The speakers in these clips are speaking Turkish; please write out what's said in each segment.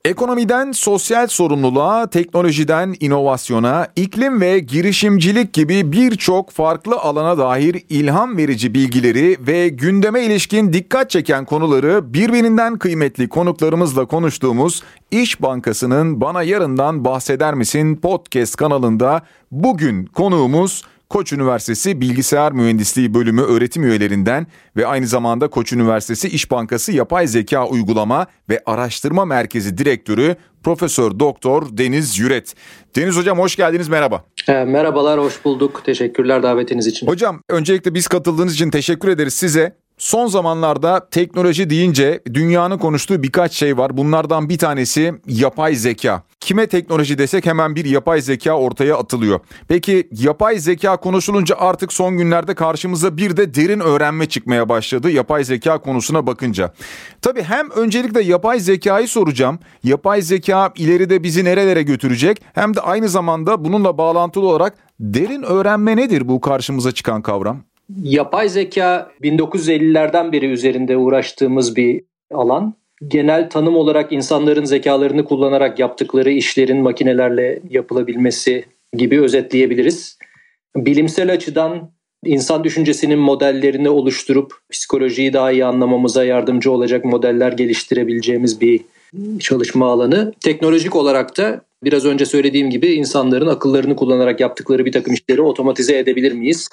Ekonomiden sosyal sorumluluğa, teknolojiden inovasyona, iklim ve girişimcilik gibi birçok farklı alana dair ilham verici bilgileri ve gündeme ilişkin dikkat çeken konuları birbirinden kıymetli konuklarımızla konuştuğumuz İş Bankası'nın Bana Yarından Bahseder Misin podcast kanalında bugün konuğumuz Koç Üniversitesi Bilgisayar Mühendisliği Bölümü öğretim üyelerinden ve aynı zamanda Koç Üniversitesi İş Bankası Yapay Zeka Uygulama ve Araştırma Merkezi Direktörü Profesör Doktor Deniz Yüret. Deniz Hocam hoş geldiniz, merhaba. Merhabalar, hoş bulduk. Teşekkürler davetiniz için. Hocam öncelikle biz katıldığınız için teşekkür ederiz size. Son zamanlarda teknoloji deyince dünyanın konuştuğu birkaç şey var. Bunlardan bir tanesi yapay zeka. Kime teknoloji desek hemen bir yapay zeka ortaya atılıyor. Peki yapay zeka konuşulunca artık son günlerde karşımıza bir de derin öğrenme çıkmaya başladı yapay zeka konusuna bakınca. Tabii hem öncelikle yapay zekayı soracağım. Yapay zeka ileride bizi nerelere götürecek? Hem de aynı zamanda bununla bağlantılı olarak derin öğrenme nedir bu karşımıza çıkan kavram? Yapay zeka 1950'lerden beri üzerinde uğraştığımız bir alan. Genel tanım olarak insanların zekalarını kullanarak yaptıkları işlerin makinelerle yapılabilmesi gibi özetleyebiliriz. Bilimsel açıdan insan düşüncesinin modellerini oluşturup psikolojiyi daha iyi anlamamıza yardımcı olacak modeller geliştirebileceğimiz bir çalışma alanı. Teknolojik olarak da biraz önce söylediğim gibi insanların akıllarını kullanarak yaptıkları bir takım işleri otomatize edebilir miyiz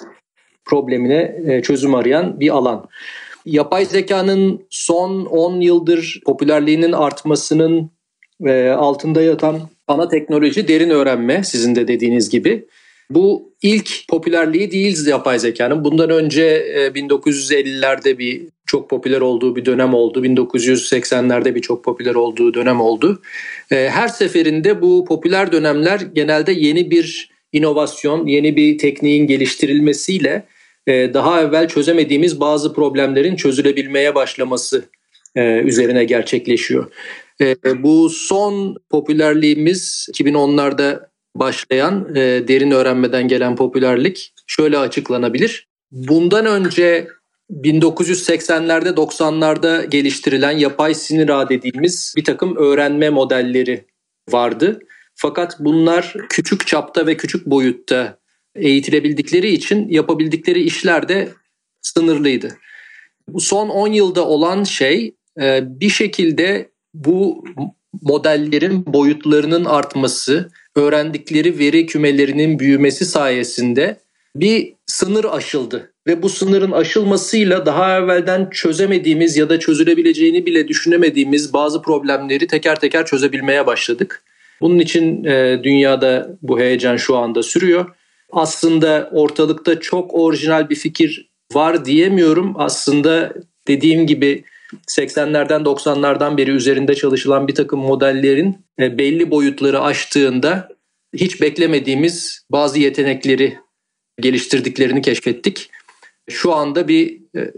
problemine çözüm arayan bir alan. Yapay zekanın son 10 yıldır popülerliğinin artmasının altında yatan ana teknoloji derin öğrenme, sizin de dediğiniz gibi. Bu ilk popülerliği değil yapay zekanın. Bundan önce 1950'lerde bir çok popüler olduğu bir dönem oldu. 1980'lerde bir çok popüler olduğu dönem oldu. Her seferinde bu popüler dönemler genelde yeni bir inovasyon, yeni bir tekniğin geliştirilmesiyle daha evvel çözemediğimiz bazı problemlerin çözülebilmeye başlaması üzerine gerçekleşiyor. Bu son popülerliğimiz 2010'larda başlayan derin öğrenmeden gelen popülerlik şöyle açıklanabilir. Bundan önce 1980'lerde 90'larda geliştirilen yapay sinir ağ dediğimiz bir takım öğrenme modelleri vardı. Fakat bunlar küçük çapta ve küçük boyutta eğitilebildikleri için yapabildikleri işler de sınırlıydı. Bu son 10 yılda olan şey bir şekilde bu modellerin boyutlarının artması, öğrendikleri veri kümelerinin büyümesi sayesinde bir sınır aşıldı. Ve bu sınırın aşılmasıyla daha evvelden çözemediğimiz ya da çözülebileceğini bile düşünemediğimiz bazı problemleri teker teker çözebilmeye başladık. Bunun için dünyada bu heyecan şu anda sürüyor. Aslında ortalıkta çok orijinal bir fikir var diyemiyorum. Aslında dediğim gibi 80'lerden 90'lardan beri üzerinde çalışılan bir takım modellerin belli boyutları aştığında hiç beklemediğimiz bazı yetenekleri geliştirdiklerini keşfettik. Şu anda bir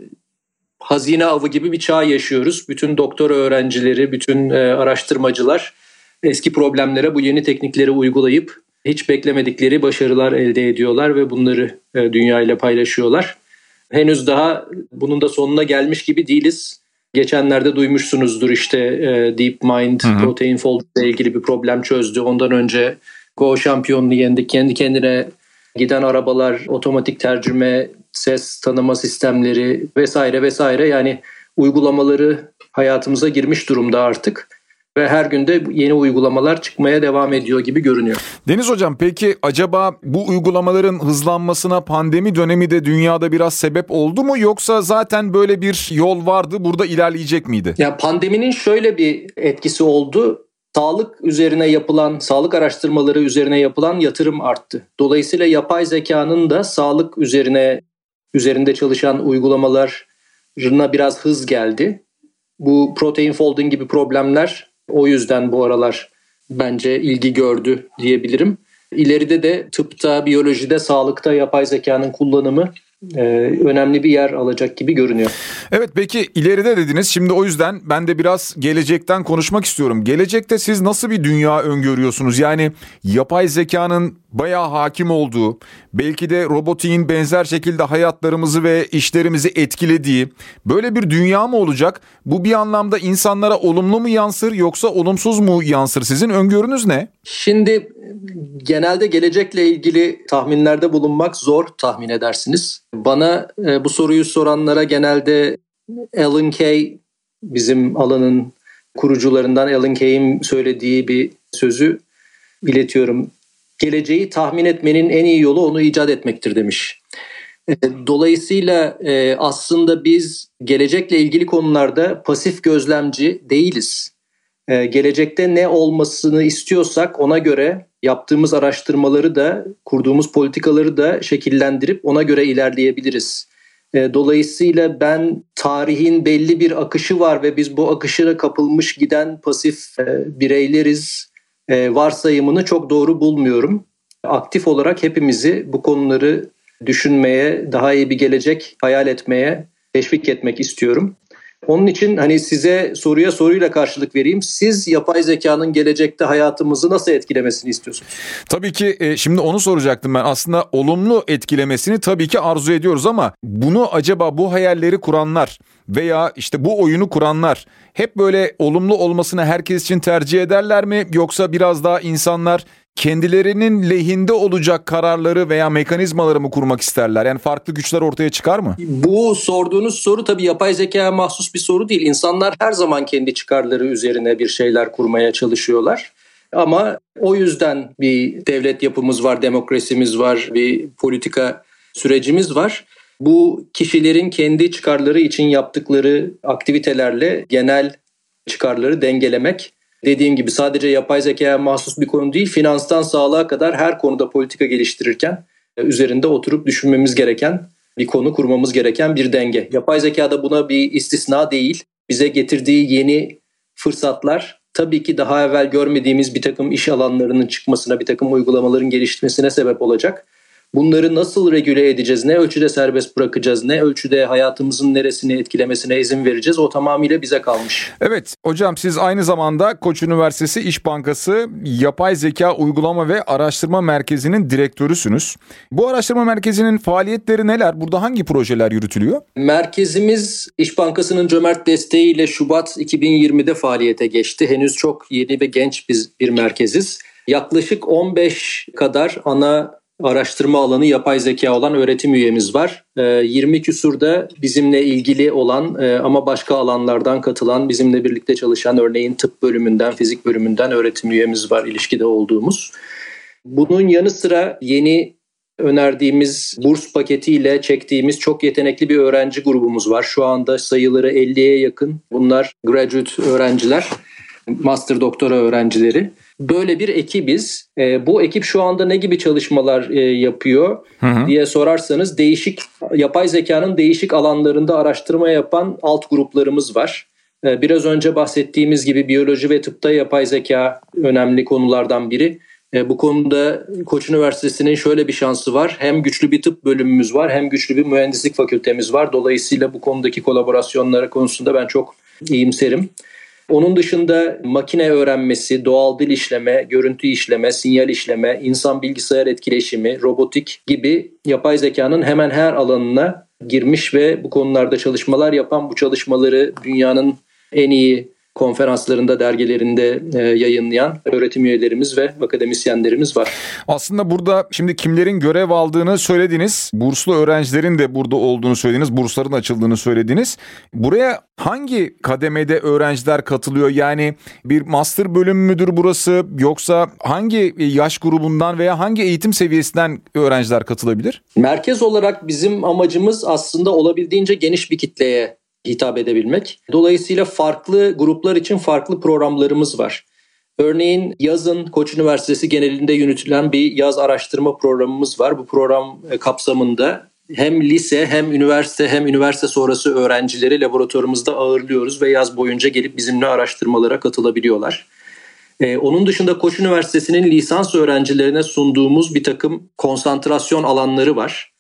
hazine avı gibi bir çağ yaşıyoruz. Bütün doktora öğrencileri, bütün araştırmacılar eski problemlere bu yeni teknikleri uygulayıp hiç beklemedikleri başarılar elde ediyorlar ve bunları dünya ile paylaşıyorlar. Henüz daha bunun da sonuna gelmiş gibi değiliz. Geçenlerde duymuşsunuzdur işte DeepMind, Protein Fold ile ilgili bir problem çözdü. Ondan önce Go şampiyonluğu yendik. Kendi kendine giden arabalar, otomatik tercüme, ses tanıma sistemleri vesaire vesaire. Yani uygulamaları hayatımıza girmiş durumda artık. Ve her günde yeni uygulamalar çıkmaya devam ediyor gibi görünüyor. Deniz Hocam, peki acaba bu uygulamaların hızlanmasına pandemi dönemi de dünyada biraz sebep oldu mu? Yoksa zaten böyle bir yol vardı, burada ilerleyecek miydi? Ya pandeminin şöyle bir etkisi oldu. Sağlık üzerine yapılan, sağlık araştırmaları üzerine yapılan yatırım arttı. Dolayısıyla yapay zekanın da sağlık üzerinde çalışan uygulamalarına biraz hız geldi. Bu protein folding gibi problemler o yüzden bu aralar bence ilgi gördü diyebilirim. İleride de tıpta, biyolojide, sağlıkta yapay zekanın kullanımı önemli bir yer alacak gibi görünüyor. Evet, peki ileride dediniz. Şimdi o yüzden ben de biraz gelecekten konuşmak istiyorum. Gelecekte siz nasıl bir dünya öngörüyorsunuz? Yani yapay zekanın bayağı hakim olduğu, belki de robotiğin benzer şekilde hayatlarımızı ve işlerimizi etkilediği böyle bir dünya mı olacak? Bu bir anlamda insanlara olumlu mu yansır yoksa olumsuz mu yansır? Sizin öngörünüz ne? Şimdi genelde gelecekle ilgili tahminlerde bulunmak zor, tahmin edersiniz. Bana bu soruyu soranlara genelde Alan Kay, bizim alanın kurucularından Alan Kay'in söylediği bir sözü iletiyorum. Geleceği tahmin etmenin en iyi yolu onu icat etmektir demiş. Dolayısıyla aslında biz gelecekle ilgili konularda pasif gözlemci değiliz. Gelecekte ne olmasını istiyorsak ona göre yaptığımız araştırmaları da, kurduğumuz politikaları da şekillendirip ona göre ilerleyebiliriz. Dolayısıyla ben tarihin belli bir akışı var ve biz bu akışa kapılmış giden pasif bireyleriz varsayımını çok doğru bulmuyorum. Aktif olarak hepimizi bu konuları düşünmeye, daha iyi bir gelecek hayal etmeye teşvik etmek istiyorum. Onun için hani size soruyla karşılık vereyim. Siz yapay zekanın gelecekte hayatımızı nasıl etkilemesini istiyorsunuz? Tabii ki şimdi onu soracaktım ben. Aslında olumlu etkilemesini tabii ki arzu ediyoruz ama bunu acaba bu hayalleri kuranlar veya işte bu oyunu kuranlar hep böyle olumlu olmasını herkes için tercih ederler mi? Yoksa biraz daha insanlar kendilerinin lehinde olacak kararları veya mekanizmaları mı kurmak isterler? Yani farklı güçler ortaya çıkar mı? Bu sorduğunuz soru tabii yapay zekaya mahsus bir soru değil. İnsanlar her zaman kendi çıkarları üzerine bir şeyler kurmaya çalışıyorlar. Ama o yüzden bir devlet yapımız var, demokrasimiz var, bir politika sürecimiz var. Bu kişilerin kendi çıkarları için yaptıkları aktivitelerle genel çıkarları dengelemek, dediğim gibi sadece yapay zekaya mahsus bir konu değil, finanstan sağlığa kadar her konuda politika geliştirirken üzerinde oturup düşünmemiz gereken bir konu, kurmamız gereken bir denge. Yapay zeka da buna bir istisna değil. Bize getirdiği yeni fırsatlar tabii ki daha evvel görmediğimiz bir takım iş alanlarının çıkmasına, bir takım uygulamaların gelişmesine sebep olacak. Bunları nasıl regüle edeceğiz, ne ölçüde serbest bırakacağız, ne ölçüde hayatımızın neresini etkilemesine izin vereceğiz, o tamamıyla bize kalmış. Evet hocam, siz aynı zamanda Koç Üniversitesi İş Bankası Yapay Zeka Uygulama ve Araştırma Merkezi'nin direktörüsünüz. Bu araştırma merkezinin faaliyetleri neler? Burada hangi projeler yürütülüyor? Merkezimiz İş Bankası'nın cömert desteğiyle Şubat 2020'de faaliyete geçti. Henüz çok yeni ve genç bir merkeziz. Yaklaşık 15 kadar ana araştırma alanı yapay zeka olan öğretim üyemiz var. 20 küsurda bizimle ilgili olan ama başka alanlardan katılan, bizimle birlikte çalışan, örneğin tıp bölümünden, fizik bölümünden öğretim üyemiz var, ilişkide olduğumuz. Bunun yanı sıra yeni önerdiğimiz burs paketiyle çektiğimiz çok yetenekli bir öğrenci grubumuz var. Şu anda sayıları 50'ye yakın. Bunlar graduate öğrenciler, master doktora öğrencileri. Böyle bir ekibiz. Bu ekip şu anda ne gibi çalışmalar yapıyor diye sorarsanız, yapay zekanın değişik alanlarında araştırma yapan alt gruplarımız var. Biraz önce bahsettiğimiz gibi biyoloji ve tıpta yapay zeka önemli konulardan biri. Bu konuda Koç Üniversitesi'nin şöyle bir şansı var. Hem güçlü bir tıp bölümümüz var, hem güçlü bir mühendislik fakültemiz var. Dolayısıyla bu konudaki kolaborasyonları konusunda ben çok iyimserim. Onun dışında makine öğrenmesi, doğal dil işleme, görüntü işleme, sinyal işleme, insan bilgisayar etkileşimi, robotik gibi yapay zekanın hemen her alanına girmiş ve bu konularda çalışmalar yapan, bu çalışmaları dünyanın en iyi konferanslarında, dergilerinde yayınlayan öğretim üyelerimiz ve akademisyenlerimiz var. Aslında burada şimdi kimlerin görev aldığını söylediniz. Burslu öğrencilerin de burada olduğunu söylediniz. Bursların açıldığını söylediniz. Buraya hangi kademede öğrenciler katılıyor? Yani bir master bölüm müdür burası, yoksa hangi yaş grubundan veya hangi eğitim seviyesinden öğrenciler katılabilir? Merkez olarak bizim amacımız aslında olabildiğince geniş bir kitleye hitap edebilmek. Dolayısıyla farklı gruplar için farklı programlarımız var. Örneğin yazın Koç Üniversitesi genelinde yürütülen bir yaz araştırma programımız var. Bu program kapsamında hem lise hem üniversite sonrası öğrencileri laboratuvarımızda ağırlıyoruz ve yaz boyunca gelip bizimle araştırmalara katılabiliyorlar. Onun dışında Koç Üniversitesi'nin lisans öğrencilerine sunduğumuz bir takım konsantrasyon alanları var.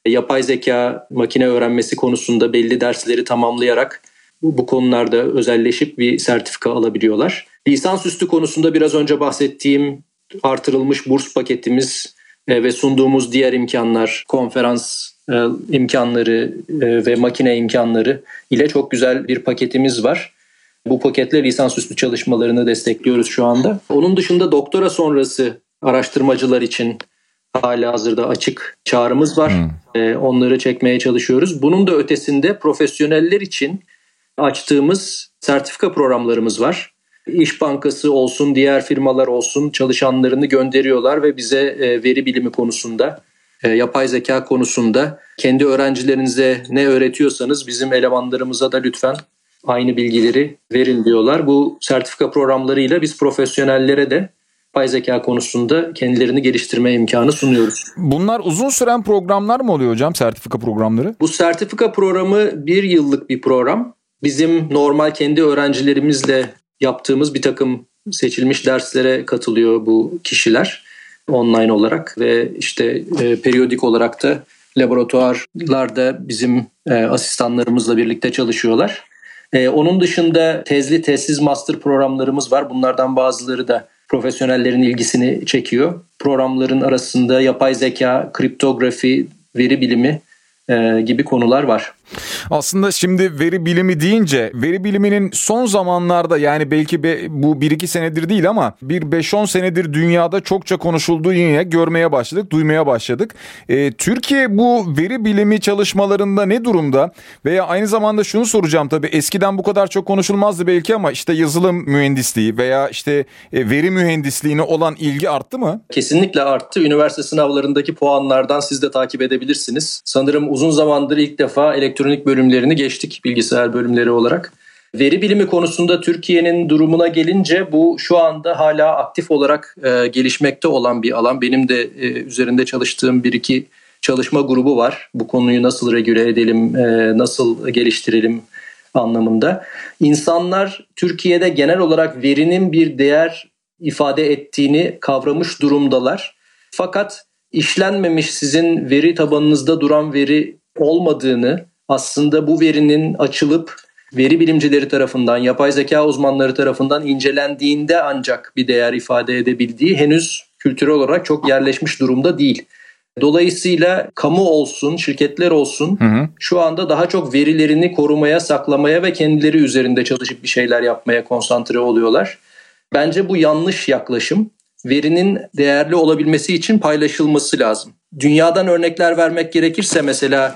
yapay zeka, makine öğrenmesi konusunda belli dersleri tamamlayarak bu konularda özelleşip bir sertifika alabiliyorlar. Lisansüstü konusunda biraz önce bahsettiğim artırılmış burs paketimiz ve sunduğumuz diğer imkanlar, konferans imkanları ve makine imkanları ile çok güzel bir paketimiz var. Bu paketle lisansüstü çalışmalarını destekliyoruz şu anda. Onun dışında doktora sonrası araştırmacılar için halihazırda açık çağrımız var. Onları çekmeye çalışıyoruz. Bunun da ötesinde profesyoneller için açtığımız sertifika programlarımız var. İş Bankası olsun, diğer firmalar olsun çalışanlarını gönderiyorlar ve bize veri bilimi konusunda, yapay zeka konusunda kendi öğrencilerinize ne öğretiyorsanız bizim elemanlarımıza da lütfen aynı bilgileri verin diyorlar. Bu sertifika programlarıyla biz profesyonellere de yapay zeka konusunda kendilerini geliştirme imkanı sunuyoruz. Bunlar uzun süren programlar mı oluyor hocam, sertifika programları? Bu sertifika programı 1 yıllık bir program. Bizim normal kendi öğrencilerimizle yaptığımız bir takım seçilmiş derslere katılıyor bu kişiler online olarak ve işte periyodik olarak da laboratuvarlarda bizim asistanlarımızla birlikte çalışıyorlar. Onun dışında tezli, tezsiz master programlarımız var. Bunlardan bazıları da profesyonellerin ilgisini çekiyor. Programların arasında yapay zeka, kriptografi, veri bilimi gibi konular var. Aslında şimdi veri bilimi deyince veri biliminin son zamanlarda, yani belki bu 1-2 senedir değil ama 5-10 senedir dünyada çokça konuşulduğu yine görmeye başladık, duymaya başladık. Türkiye bu veri bilimi çalışmalarında ne durumda? Veya aynı zamanda şunu soracağım, tabii eskiden bu kadar çok konuşulmazdı belki ama işte yazılım mühendisliği veya işte veri mühendisliğine olan ilgi arttı mı? Kesinlikle arttı. Üniversite sınavlarındaki puanlardan siz de takip edebilirsiniz. Sanırım uzun zamandır ilk defa elektronik bölümlerini geçtik bilgisayar bölümleri olarak. Veri bilimi konusunda Türkiye'nin durumuna gelince bu şu anda hala aktif olarak gelişmekte olan bir alan. Benim de üzerinde çalıştığım 1-2 çalışma grubu var. Bu konuyu nasıl regüle edelim, nasıl geliştirelim anlamında. İnsanlar Türkiye'de genel olarak verinin bir değer ifade ettiğini kavramış durumdalar. Fakat işlenmemiş, sizin veri tabanınızda duran veri olmadığını, aslında bu verinin açılıp veri bilimcileri tarafından, yapay zeka uzmanları tarafından incelendiğinde ancak bir değer ifade edebildiği henüz kültürel olarak çok yerleşmiş durumda değil. Dolayısıyla kamu olsun, şirketler olsun şu anda daha çok verilerini korumaya, saklamaya ve kendileri üzerinde çalışıp bir şeyler yapmaya konsantre oluyorlar. Bence bu yanlış yaklaşım. Verinin değerli olabilmesi için paylaşılması lazım. Dünyadan örnekler vermek gerekirse mesela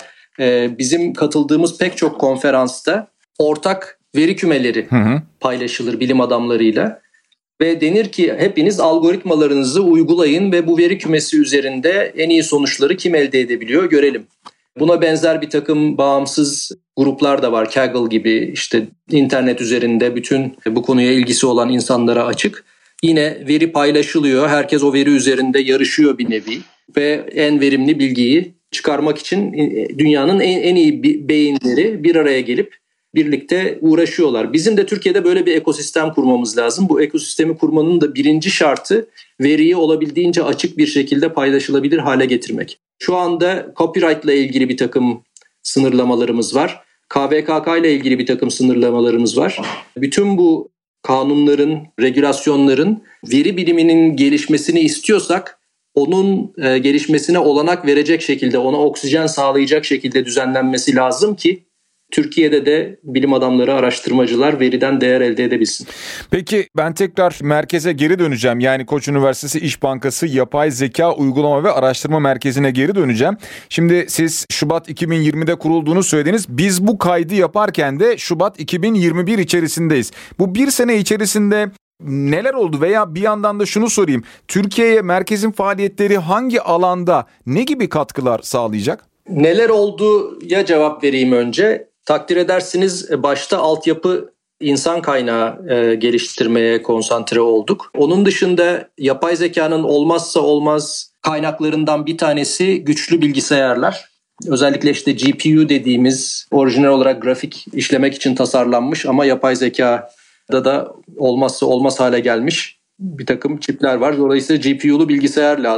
bizim katıldığımız pek çok konferansta ortak veri kümeleri paylaşılır bilim adamlarıyla. Ve denir ki hepiniz algoritmalarınızı uygulayın ve bu veri kümesi üzerinde en iyi sonuçları kim elde edebiliyor görelim. Buna benzer bir takım bağımsız gruplar da var. Kaggle gibi, işte internet üzerinde bütün bu konuya ilgisi olan insanlara açık. Yine veri paylaşılıyor. Herkes o veri üzerinde yarışıyor bir nevi. Ve en verimli bilgiyi çıkarmak için dünyanın en iyi beyinleri bir araya gelip birlikte uğraşıyorlar. Bizim de Türkiye'de böyle bir ekosistem kurmamız lazım. Bu ekosistemi kurmanın da birinci şartı veriyi olabildiğince açık bir şekilde paylaşılabilir hale getirmek. Şu anda copyright ile ilgili bir takım sınırlamalarımız var. KVKK ile ilgili bir takım sınırlamalarımız var. Bütün bu kanunların, regülasyonların veri biliminin gelişmesini istiyorsak onun gelişmesine olanak verecek şekilde, ona oksijen sağlayacak şekilde düzenlenmesi lazım ki Türkiye'de de bilim adamları, araştırmacılar veriden değer elde edebilsin. Peki ben tekrar merkeze geri döneceğim. Yani Koç Üniversitesi İş Bankası Yapay Zeka Uygulama ve Araştırma Merkezi'ne geri döneceğim. Şimdi siz Şubat 2020'de kurulduğunu söylediniz. Biz bu kaydı yaparken de Şubat 2021 içerisindeyiz. Bu bir sene içerisinde neler oldu veya bir yandan da şunu sorayım. Türkiye'ye merkezin faaliyetleri hangi alanda, ne gibi katkılar sağlayacak? Neler olduya cevap vereyim önce. Takdir edersiniz başta altyapı, insan kaynağı geliştirmeye konsantre olduk. Onun dışında yapay zekanın olmazsa olmaz kaynaklarından bir tanesi güçlü bilgisayarlar. Özellikle işte GPU dediğimiz orijinal olarak grafik işlemek için tasarlanmış ama yapay zekada da olmazsa olmaz hale gelmiş bir takım çipler var. Dolayısıyla GPU'lu bilgisayar lazım.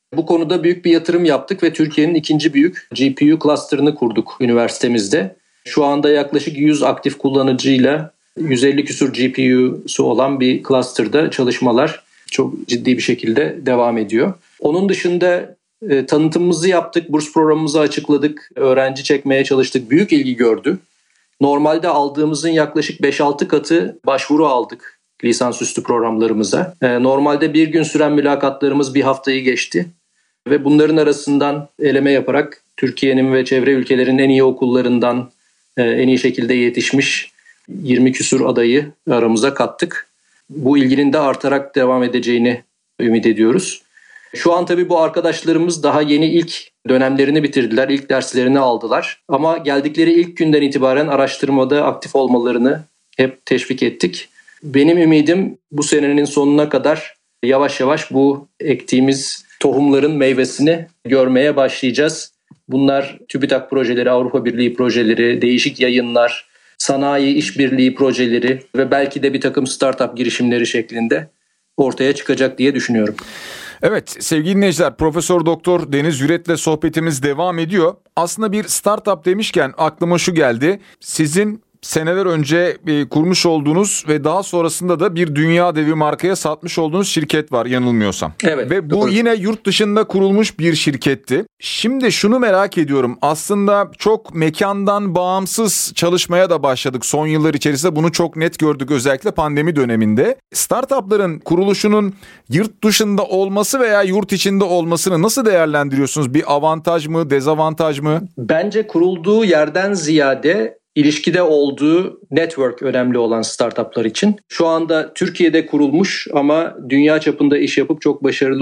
Bu konuda büyük bir yatırım yaptık ve Türkiye'nin ikinci büyük GPU cluster'ını kurduk üniversitemizde. Şu anda yaklaşık 100 aktif kullanıcıyla 150 küsur GPU'su olan bir cluster'da çalışmalar çok ciddi bir şekilde devam ediyor. Onun dışında tanıtımımızı yaptık, burs programımızı açıkladık, öğrenci çekmeye çalıştık. Büyük ilgi gördü. Normalde aldığımızın yaklaşık 5-6 katı başvuru aldık lisansüstü programlarımıza. Normalde bir gün süren mülakatlarımız bir haftayı geçti. Ve bunların arasından eleme yaparak Türkiye'nin ve çevre ülkelerin en iyi okullarından en iyi şekilde yetişmiş 20 küsur adayı aramıza kattık. Bu ilginin de artarak devam edeceğini ümit ediyoruz. Şu an tabii bu arkadaşlarımız daha yeni ilk dönemlerini bitirdiler, ilk derslerini aldılar. Ama geldikleri ilk günden itibaren araştırmada aktif olmalarını hep teşvik ettik. Benim ümidim bu senenin sonuna kadar yavaş yavaş bu ektiğimiz tohumların meyvesini görmeye başlayacağız. Bunlar TÜBİTAK projeleri, Avrupa Birliği projeleri, değişik yayınlar, sanayi işbirliği projeleri ve belki de bir takım startup girişimleri şeklinde ortaya çıkacak diye düşünüyorum. Evet sevgili dinleyiciler, Profesör Doktor Deniz Yüret'le sohbetimiz devam ediyor. Aslında bir startup demişken aklıma şu geldi. Sizin seneler önce kurmuş olduğunuz ve daha sonrasında da bir dünya devi markaya satmış olduğunuz şirket var yanılmıyorsam. Evet. Ve bu doğru. yine yurt dışında kurulmuş bir şirketti. Şimdi şunu merak ediyorum. Aslında çok mekandan bağımsız çalışmaya da başladık. Son yıllar içerisinde bunu çok net gördük, özellikle pandemi döneminde. Startupların kuruluşunun yurt dışında olması veya yurt içinde olmasını nasıl değerlendiriyorsunuz? Bir avantaj mı, dezavantaj mı? Bence kurulduğu yerden ziyade İlişkide olduğu network önemli olan startuplar için. Şu anda Türkiye'de kurulmuş ama dünya çapında iş yapıp çok başarılı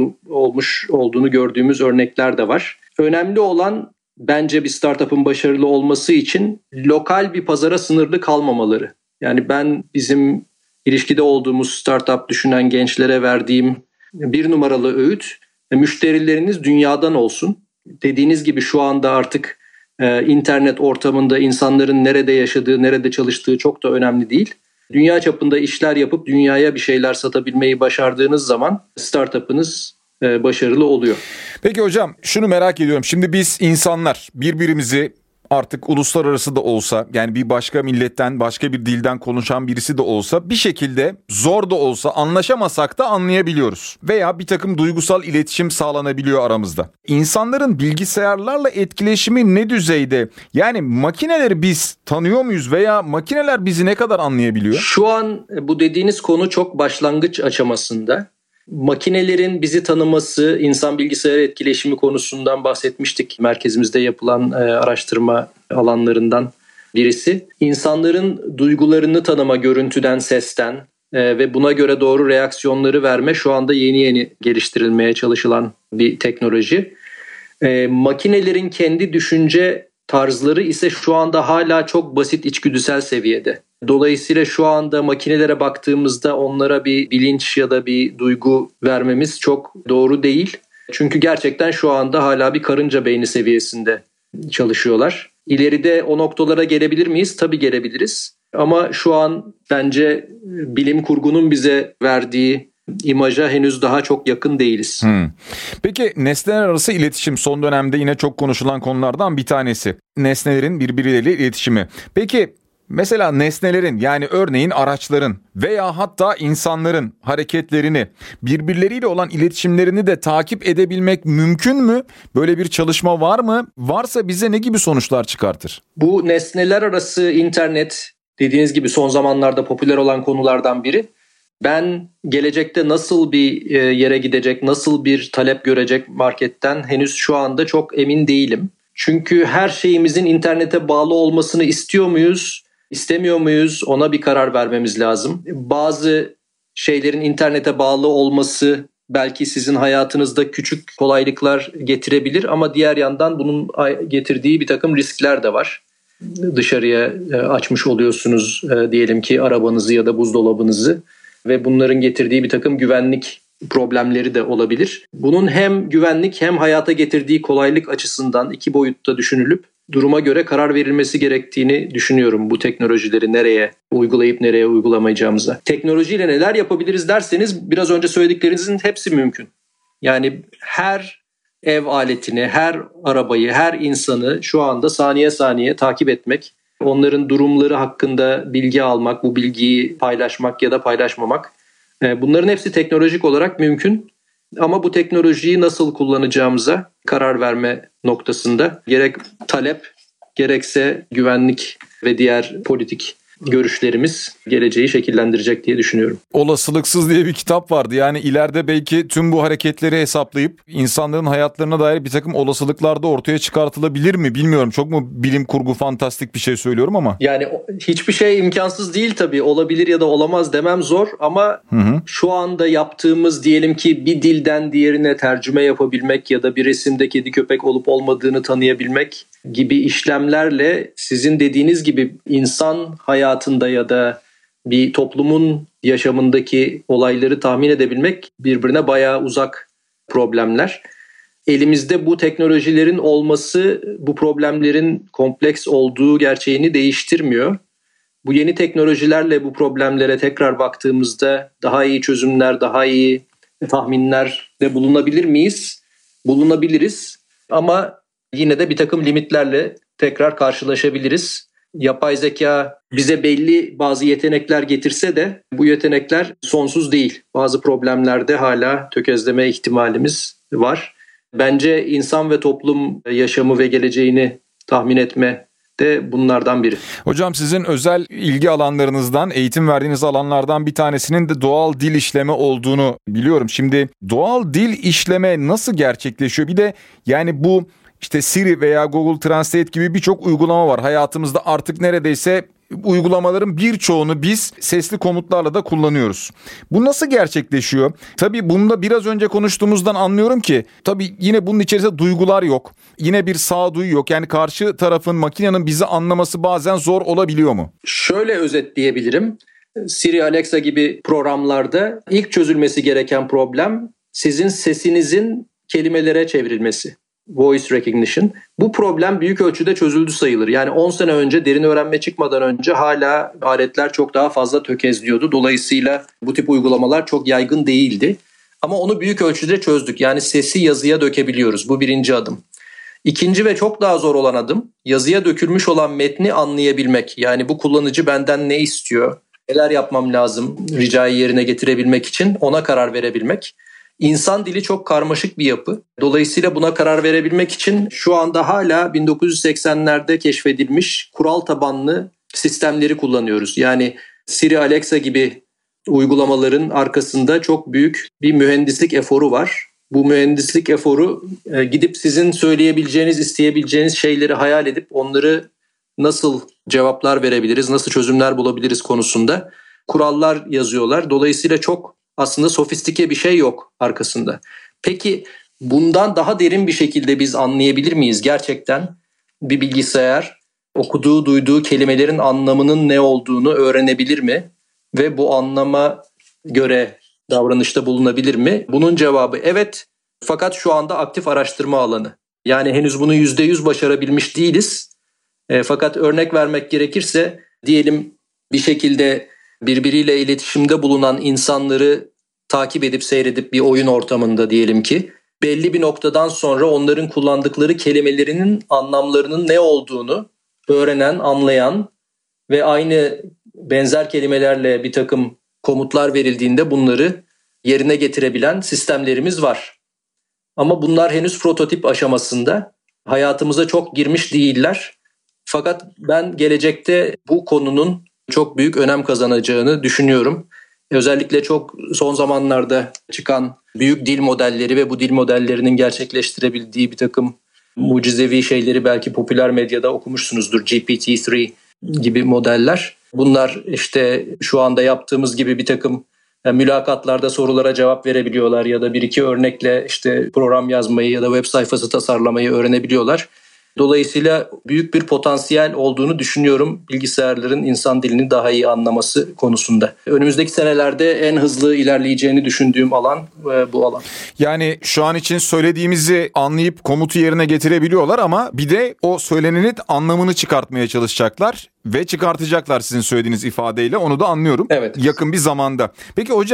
olduğunu gördüğümüz örnekler de var. Önemli olan bence bir startup'ın başarılı olması için lokal bir pazara sınırlı kalmamaları. Yani ben bizim ilişkide olduğumuz startup düşünen gençlere verdiğim bir numaralı öğüt, müşterileriniz dünyadan olsun. Dediğiniz gibi şu anda artık İnternet ortamında insanların nerede yaşadığı, nerede çalıştığı çok da önemli değil. Dünya çapında işler yapıp dünyaya bir şeyler satabilmeyi başardığınız zaman startup'ınız başarılı oluyor. Peki hocam, şunu merak ediyorum. Şimdi biz insanlar birbirimizi artık uluslararası da olsa, yani bir başka milletten, başka bir dilden konuşan birisi de olsa, bir şekilde zor da olsa anlaşamasak da anlayabiliyoruz. Veya bir takım duygusal iletişim sağlanabiliyor aramızda. İnsanların bilgisayarlarla etkileşimi ne düzeyde? Yani makineleri biz tanıyor muyuz veya makineler bizi ne kadar anlayabiliyor? Şu an bu dediğiniz konu çok başlangıç aşamasında. Makinelerin bizi tanıması, insan bilgisayar etkileşimi konusundan bahsetmiştik. Merkezimizde yapılan araştırma alanlarından birisi. İnsanların duygularını tanıma, görüntüden, sesten ve buna göre doğru reaksiyonları verme şu anda yeni geliştirilmeye çalışılan bir teknoloji. Makinelerin kendi düşünce tarzları ise şu anda hala çok basit içgüdüsel seviyede. Dolayısıyla şu anda makinelere baktığımızda onlara bir bilinç ya da bir duygu vermemiz çok doğru değil. Çünkü gerçekten şu anda hala bir karınca beyni seviyesinde çalışıyorlar. İleride o noktalara gelebilir miyiz? Tabii gelebiliriz. Ama şu an bence bilim kurgunun bize verdiği imaja henüz daha çok yakın değiliz. Peki nesneler arası iletişim son dönemde yine çok konuşulan konulardan bir tanesi. Nesnelerin birbirleriyle iletişimi. Peki mesela nesnelerin, yani örneğin araçların veya hatta insanların hareketlerini, birbirleriyle olan iletişimlerini de takip edebilmek mümkün mü? Böyle bir çalışma var mı? Varsa bize ne gibi sonuçlar çıkartır? Bu nesneler arası internet dediğiniz gibi son zamanlarda popüler olan konulardan biri. Ben gelecekte nasıl bir yere gidecek, nasıl bir talep görecek marketten henüz şu anda çok emin değilim. Çünkü her şeyimizin internete bağlı olmasını istiyor muyuz, istemiyor muyuz, ona bir karar vermemiz lazım. Bazı şeylerin internete bağlı olması belki sizin hayatınızda küçük kolaylıklar getirebilir ama diğer yandan bunun getirdiği bir takım riskler de var. Dışarıya açmış oluyorsunuz diyelim ki arabanızı ya da buzdolabınızı ve bunların getirdiği bir takım güvenlik problemleri de olabilir. Bunun hem güvenlik hem hayata getirdiği kolaylık açısından iki boyutta düşünülüp duruma göre karar verilmesi gerektiğini düşünüyorum bu teknolojileri nereye uygulayıp nereye uygulamayacağımıza. Teknolojiyle neler yapabiliriz derseniz biraz önce söylediklerinizin hepsi mümkün. Yani her ev aletini, her arabayı, her insanı şu anda saniye saniye takip etmek, onların durumları hakkında bilgi almak, bu bilgiyi paylaşmak ya da paylaşmamak. Bunların hepsi teknolojik olarak mümkün. Ama bu teknolojiyi nasıl kullanacağımıza karar verme noktasında gerek talep gerekse güvenlik ve diğer politik görüşlerimiz geleceği şekillendirecek diye düşünüyorum. Olasılıksız diye bir kitap vardı. Yani ileride belki tüm bu hareketleri hesaplayıp insanların hayatlarına dair bir takım olasılıklar da ortaya çıkartılabilir mi bilmiyorum. Çok mu bilim kurgu fantastik bir şey söylüyorum ama. Yani hiçbir şey imkansız değil tabii. Olabilir ya da olamaz demem zor ama şu anda yaptığımız diyelim ki bir dilden diğerine tercüme yapabilmek ya da bir resimde kedi köpek olup olmadığını tanıyabilmek gibi işlemlerle sizin dediğiniz gibi insan hayatında ya da bir toplumun yaşamındaki olayları tahmin edebilmek birbirine bayağı uzak problemler. Elimizde bu teknolojilerin olması bu problemlerin kompleks olduğu gerçeğini değiştirmiyor. Bu yeni teknolojilerle bu problemlere tekrar baktığımızda daha iyi çözümler, daha iyi tahminlerde bulunabilir miyiz? Bulunabiliriz ama yine de bir takım limitlerle tekrar karşılaşabiliriz. Yapay zeka bize belli bazı yetenekler getirse de bu yetenekler sonsuz değil. Bazı problemlerde hala tökezleme ihtimalimiz var. Bence insan ve toplum yaşamı ve geleceğini tahmin etme de bunlardan biri. Hocam sizin özel ilgi alanlarınızdan, eğitim verdiğiniz alanlardan bir tanesinin de doğal dil işleme olduğunu biliyorum. Şimdi doğal dil işleme nasıl gerçekleşiyor? Bir de yani bu işte Siri veya Google Translate gibi birçok uygulama var. Hayatımızda artık neredeyse uygulamaların birçoğunu biz sesli komutlarla da kullanıyoruz. Bu nasıl gerçekleşiyor? Tabii bunda biraz önce konuştuğumuzdan anlıyorum ki tabii yine bunun içerisinde duygular yok. Yine bir sağduyu yok. Yani karşı tarafın, makinenin bizi anlaması bazen zor olabiliyor mu? Şöyle özetleyebilirim. Siri, Alexa gibi programlarda ilk çözülmesi gereken problem sizin sesinizin kelimelere çevrilmesi. Voice recognition. Bu problem büyük ölçüde çözüldü sayılır. Yani 10 sene önce derin öğrenme çıkmadan önce hala aletler çok daha fazla tökezliyordu. Dolayısıyla bu tip uygulamalar çok yaygın değildi. Ama onu büyük ölçüde çözdük. Yani sesi yazıya dökebiliyoruz. Bu birinci adım. İkinci ve çok daha zor olan adım yazıya dökülmüş olan metni anlayabilmek. Yani bu kullanıcı benden ne istiyor? Neler yapmam lazım ricayı yerine getirebilmek için ona karar verebilmek. İnsan dili çok karmaşık bir yapı. Dolayısıyla buna karar verebilmek için şu anda hala 1980'lerde keşfedilmiş kural tabanlı sistemleri kullanıyoruz. Yani Siri, Alexa gibi uygulamaların arkasında çok büyük bir mühendislik eforu var. Bu mühendislik eforu gidip sizin söyleyebileceğiniz, isteyebileceğiniz şeyleri hayal edip onları nasıl cevaplar verebiliriz, nasıl çözümler bulabiliriz konusunda kurallar yazıyorlar. Dolayısıyla çok aslında sofistike bir şey yok arkasında. Peki bundan daha derin bir şekilde biz anlayabilir miyiz? Gerçekten bir bilgisayar okuduğu, duyduğu kelimelerin anlamının ne olduğunu öğrenebilir mi? Ve bu anlama göre davranışta bulunabilir mi? Bunun cevabı evet. Fakat şu anda aktif araştırma alanı. Yani henüz bunu %100 başarabilmiş değiliz. Fakat örnek vermek gerekirse diyelim bir şekilde birbiriyle iletişimde bulunan insanları takip edip seyredip bir oyun ortamında diyelim ki belli bir noktadan sonra onların kullandıkları kelimelerinin anlamlarının ne olduğunu öğrenen, anlayan ve aynı benzer kelimelerle bir takım komutlar verildiğinde bunları yerine getirebilen sistemlerimiz var. Ama bunlar henüz prototip aşamasında. Hayatımıza çok girmiş değiller. Fakat ben gelecekte bu konunun çok büyük önem kazanacağını düşünüyorum. Özellikle çok son zamanlarda çıkan büyük dil modelleri ve bu dil modellerinin gerçekleştirebildiği bir takım mucizevi şeyleri belki popüler medyada okumuşsunuzdur. GPT-3 gibi modeller. Bunlar işte şu anda yaptığımız gibi bir takım mülakatlarda sorulara cevap verebiliyorlar ya da bir iki örnekle işte program yazmayı ya da web sayfası tasarlamayı öğrenebiliyorlar. Dolayısıyla büyük bir potansiyel olduğunu düşünüyorum bilgisayarların insan dilini daha iyi anlaması konusunda. Önümüzdeki senelerde en hızlı ilerleyeceğini düşündüğüm alan bu alan. Yani şu an için söylediğimizi anlayıp komutu yerine getirebiliyorlar ama bir de o söylenenin anlamını çıkartmaya çalışacaklar ve çıkartacaklar sizin söylediğiniz ifadeyle, onu da anlıyorum. Evet. Yakın bir zamanda. Peki hocam,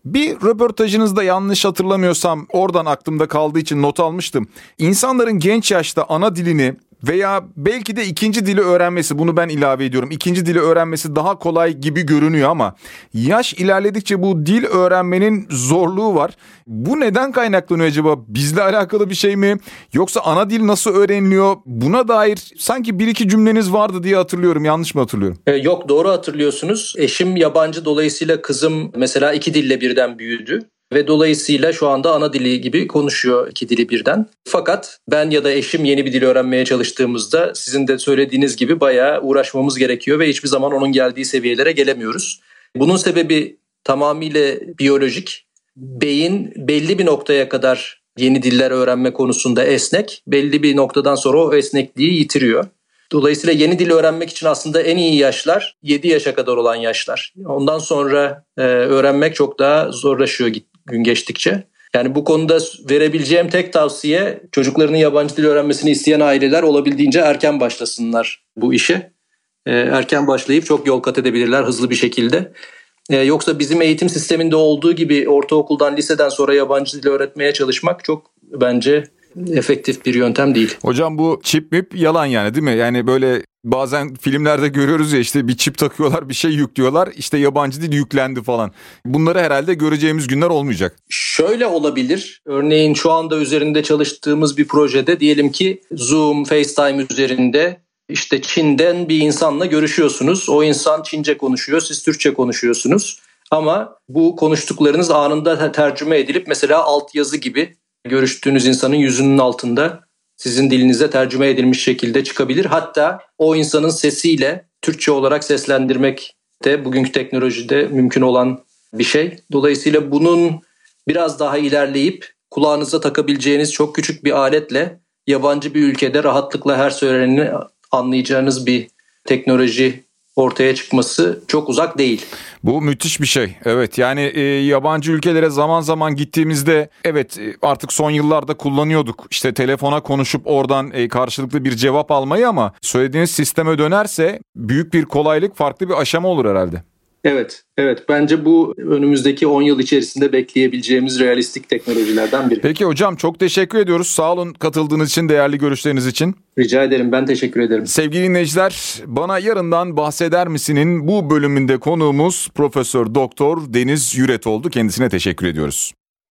Bir röportajınızda yanlış hatırlamıyorsam oradan aklımda kaldığı için not almıştım. İnsanların genç yaşta ana dilini veya belki de ikinci dili öğrenmesi, bunu ben ilave ediyorum, İkinci dili öğrenmesi daha kolay gibi görünüyor ama yaş ilerledikçe bu dil öğrenmenin zorluğu var. Bu neden kaynaklanıyor acaba? Bizle alakalı bir şey mi? Yoksa ana dil nasıl öğreniliyor? Buna dair sanki bir iki cümleniz vardı diye hatırlıyorum. Yanlış mı hatırlıyorum? Yok, doğru hatırlıyorsunuz. Eşim yabancı, dolayısıyla kızım mesela 2 dille birden büyüdü. Ve dolayısıyla şu anda ana dili gibi konuşuyor 2 dili birden. Fakat ben ya da eşim yeni bir dil öğrenmeye çalıştığımızda sizin de söylediğiniz gibi bayağı uğraşmamız gerekiyor ve hiçbir zaman onun geldiği seviyelere gelemiyoruz. Bunun sebebi tamamıyla biyolojik. Beyin belli bir noktaya kadar yeni diller öğrenme konusunda esnek. Belli bir noktadan sonra o esnekliği yitiriyor. Dolayısıyla yeni dil öğrenmek için aslında en iyi yaşlar 7 yaşa kadar olan yaşlar. Ondan sonra öğrenmek çok daha zorlaşıyor gün geçtikçe. Yani bu konuda verebileceğim tek tavsiye, çocuklarının yabancı dil öğrenmesini isteyen aileler olabildiğince erken başlasınlar bu işe. Erken başlayıp çok yol kat edebilirler hızlı bir şekilde. Yoksa bizim eğitim sisteminde olduğu gibi ortaokuldan, liseden sonra yabancı dil öğretmeye çalışmak çok bence efektif bir yöntem değil. Hocam bu çip mip yalan yani, değil mi? Yani böyle bazen filmlerde görüyoruz ya, işte bir çip takıyorlar, bir şey yüklüyorlar, işte yabancı dil yüklendi falan. Bunları herhalde göreceğimiz günler olmayacak. Şöyle olabilir. Örneğin şu anda üzerinde çalıştığımız bir projede diyelim ki Zoom, FaceTime üzerinde işte Çin'den bir insanla görüşüyorsunuz. O insan Çince konuşuyor, siz Türkçe konuşuyorsunuz. Ama bu konuştuklarınız anında tercüme edilip mesela altyazı gibi görüştüğünüz insanın yüzünün altında sizin dilinize tercüme edilmiş şekilde çıkabilir. Hatta o insanın sesiyle Türkçe olarak seslendirmek de bugünkü teknolojide mümkün olan bir şey. Dolayısıyla bunun biraz daha ilerleyip kulağınıza takabileceğiniz çok küçük bir aletle yabancı bir ülkede rahatlıkla her söyleneni anlayacağınız bir teknoloji ortaya çıkması çok uzak değil. Bu müthiş bir şey. Evet, yani yabancı ülkelere zaman zaman gittiğimizde evet artık son yıllarda kullanıyorduk. İşte telefona konuşup oradan karşılıklı bir cevap almayı, ama söylediğiniz sisteme dönerse büyük bir kolaylık, farklı bir aşama olur herhalde. Evet. Bence bu önümüzdeki 10 yıl içerisinde bekleyebileceğimiz realistik teknolojilerden biri. Peki hocam, çok teşekkür ediyoruz. Sağ olun katıldığınız için, değerli görüşleriniz için. Rica ederim, ben teşekkür ederim. Sevgili dinleyiciler, Bana Yarından Bahseder Misin'in bu bölümünde konuğumuz Profesör Doktor Deniz Yüret oldu. Kendisine teşekkür ediyoruz.